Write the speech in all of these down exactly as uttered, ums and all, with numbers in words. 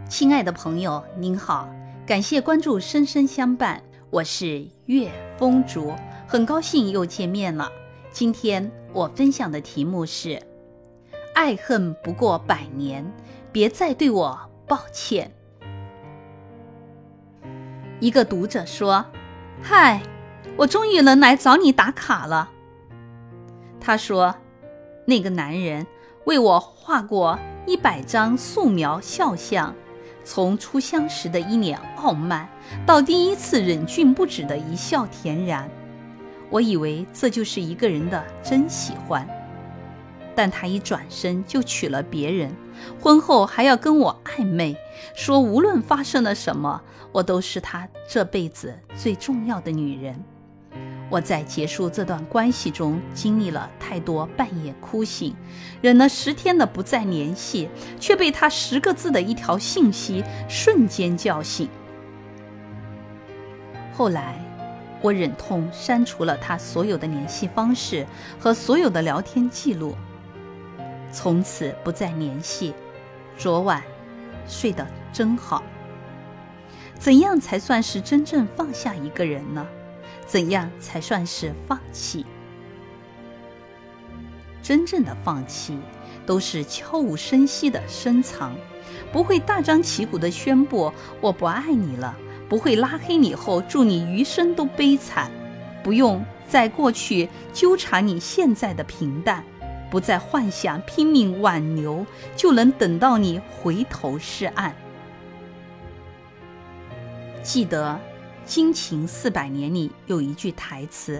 亲爱的朋友您好，感谢关注深深相伴，我是月风竹，很高兴又见面了。今天我分享的题目是爱恨不过百年，别再对我抱歉。一个读者说，嗨，我终于能来找你打卡了。他说，那个男人为我画过一百张素描肖像，从初相识的一脸傲慢，到第一次忍俊不止的一笑恬然。我以为这就是一个人的真喜欢，但他一转身就娶了别人，婚后还要跟我暧昧，说无论发生了什么，我都是他这辈子最重要的女人。我在结束这段关系中经历了太多半夜哭醒，忍了十天的不再联系，却被他十个字的一条信息瞬间叫醒。后来我忍痛删除了他所有的联系方式和所有的聊天记录，从此不再联系。昨晚睡得真好。怎样才算是真正放下一个人呢？怎样才算是放弃？真正的放弃都是悄无声息的深藏，不会大张旗鼓地宣布我不爱你了，不会拉黑你后祝你余生都悲惨，不用在过去纠缠你现在的平淡，不再幻想拼命挽留就能等到你回头是岸。记得《惊情四百年》里有一句台词，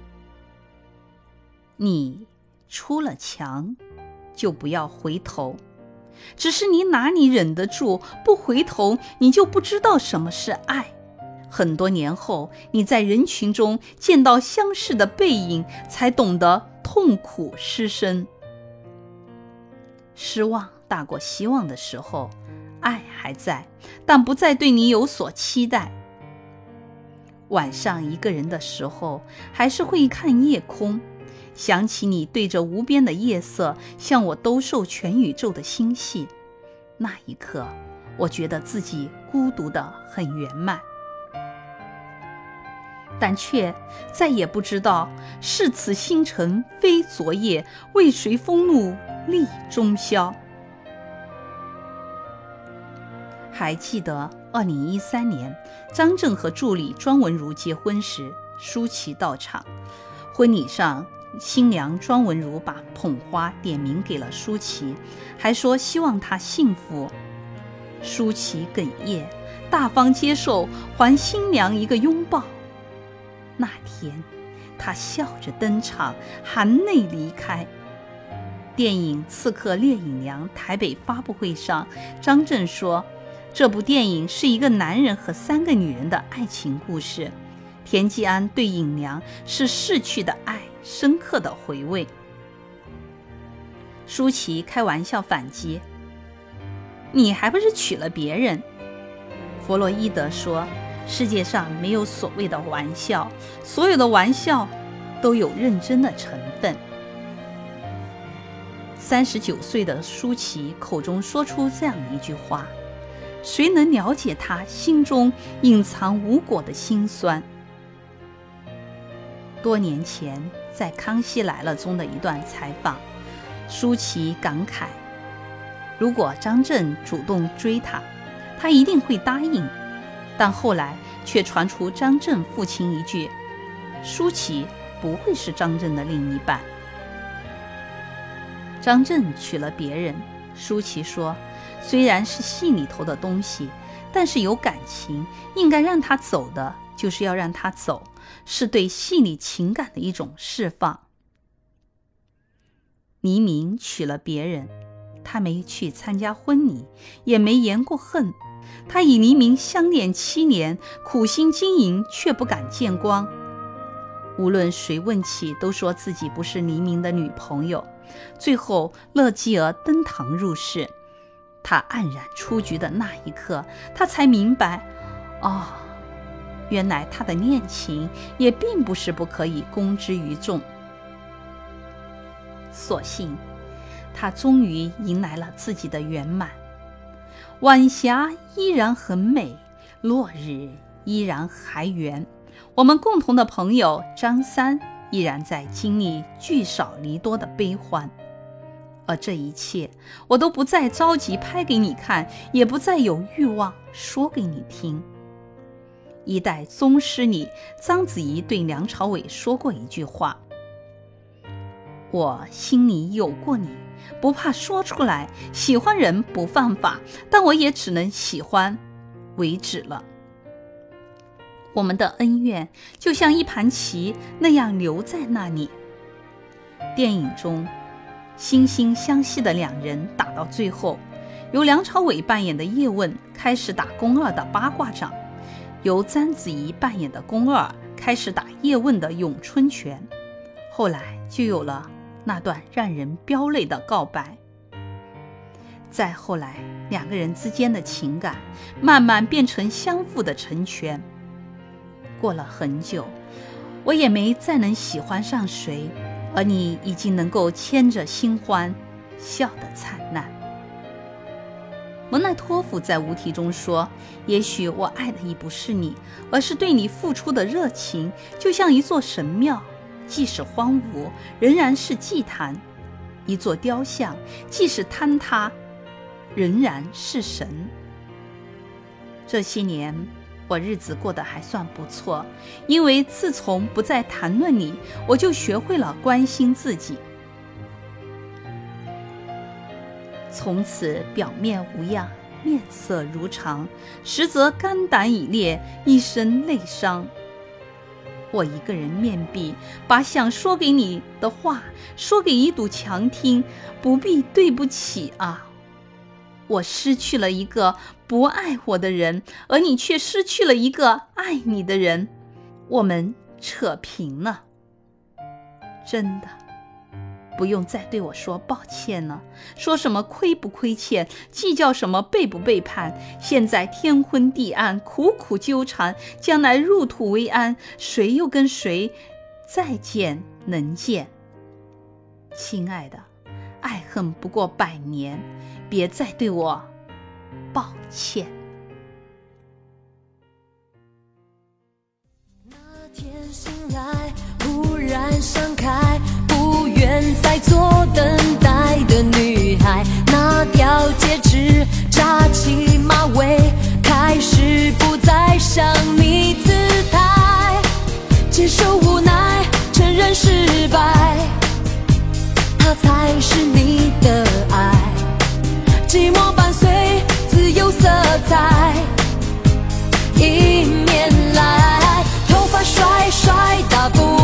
你出了墙就不要回头，只是你哪里忍得住不回头，你就不知道什么是爱。很多年后，你在人群中见到相似的背影，才懂得痛苦失声。失望大过希望的时候，爱还在，但不再对你有所期待。晚上一个人的时候，还是会看夜空，想起你对着无边的夜色向我兜售全宇宙的星系，那一刻我觉得自己孤独得很圆满，但却再也不知道是此星辰非昨夜，为谁风怒立中宵。还记得二零一三年张震和助理庄文如结婚时，舒淇到场。婚礼上，新娘庄文如把捧花点名给了舒淇，还说希望她幸福。舒淇哽咽，大方接受，还新娘一个拥抱。那天她笑着登场，含泪离开。电影《刺客聂隐娘》台北发布会上，张震说，这部电影是一个男人和三个女人的爱情故事，田季安对隐娘是逝去的爱深刻的回味。舒淇开玩笑反击，你还不是娶了别人？弗洛伊德说，世界上没有所谓的玩笑，所有的玩笑都有认真的成分。三十九岁的舒淇口中说出这样一句话，谁能了解他心中隐藏无果的辛酸？多年前在《康熙来了》中的一段采访，舒淇感慨，如果张震主动追她，她一定会答应，但后来却传出张震父亲一句，舒淇不会是张震的另一半。张震娶了别人，舒淇说，虽然是戏里头的东西，但是有感情，应该让他走的就是要让他走，是对戏里情感的一种释放。黎明娶了别人，他没去参加婚礼，也没言过恨，他与黎明相恋七年，苦心经营，却不敢见光。无论谁问起，都说自己不是黎明的女朋友。最后乐基儿登堂入室，他黯然出局的那一刻，他才明白，哦，原来他的恋情也并不是不可以公之于众。所幸他终于迎来了自己的圆满。 晚霞依然很美，落日依然还圆。我们共同的朋友张三依然在经历聚少离多的悲欢，而这一切我都不再着急拍给你看，也不再有欲望说给你听。一代宗师里，章子怡对梁朝伟说过一句话：我心里有过你，不怕说出来，喜欢人不犯法，但我也只能喜欢为止了。我们的恩怨就像一盘棋那样留在那里。电影中惺惺相惜的两人打到最后，由梁朝伟扮演的叶问开始打宫二的八卦掌，由章子怡扮演的宫二开始打叶问的咏春拳，后来就有了那段让人飙泪的告白。再后来，两个人之间的情感慢慢变成相互的成全。过了很久，我也没再能喜欢上谁，而你已经能够牵着新欢笑得灿烂。蒙奈托夫在无题中说，也许我爱的已不是你，而是对你付出的热情，就像一座神庙，即使荒芜仍然是祭坛；一座雕像，即使坍塌仍然是神。这些年我日子过得还算不错，因为自从不再谈论你，我就学会了关心自己。从此表面无恙，面色如常，实则肝胆已裂，一身内伤。我一个人面壁，把想说给你的话说给一堵墙听，不必对不起啊。我失去了一个不爱我的人，而你却失去了一个爱你的人，我们扯平了。真的不用再对我说抱歉了，说什么亏不亏欠，计较什么背不背叛，现在天昏地暗，苦苦纠缠，将来入土为安，谁又跟谁再见能见？亲爱的，爱恨不过百年，别再对我抱歉。 那天醒来，忽然想开，不愿再做等待的女孩。那条戒指扎起马尾，开始不再像你姿态，接受无奈，承认失败，它才是你的爱。寂寞伴随自由色彩，迎面来，头发甩甩大步